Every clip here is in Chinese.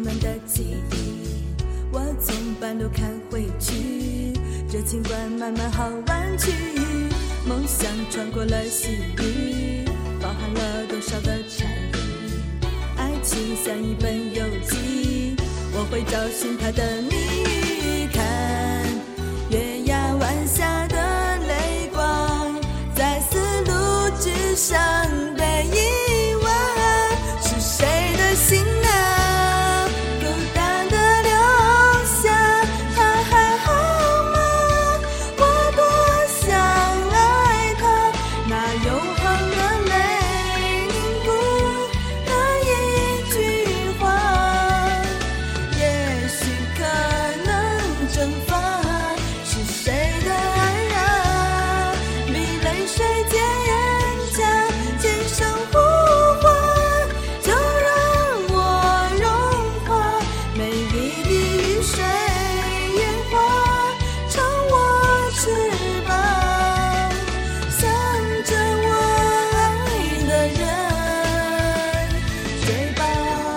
们的记忆，我从半路看回去，这情关慢慢好弯曲，梦想穿过了细雨，包含了多少的禅意，爱情像一本游记，我会找寻它的谜语，看月牙湾下的泪光，在丝路之上的疑问，是谁的心啊，孤单的留下，他还好吗？我多想爱他，那永恒的泪凝固那一句话，也许可能蒸发，是谁的爱啊，比泪水坚强，今生呼唤，就让我融化，美丽的雨水烟花成我翅膀，向着我爱的人追吧。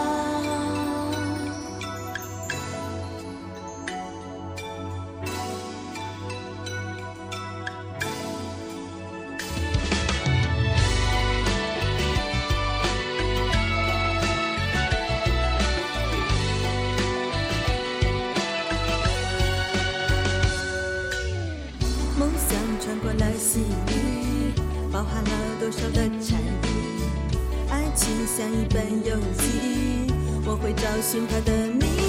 梦想穿过了细雨，包含了多少的禅意，爱情像一本游记，我会找寻它的谜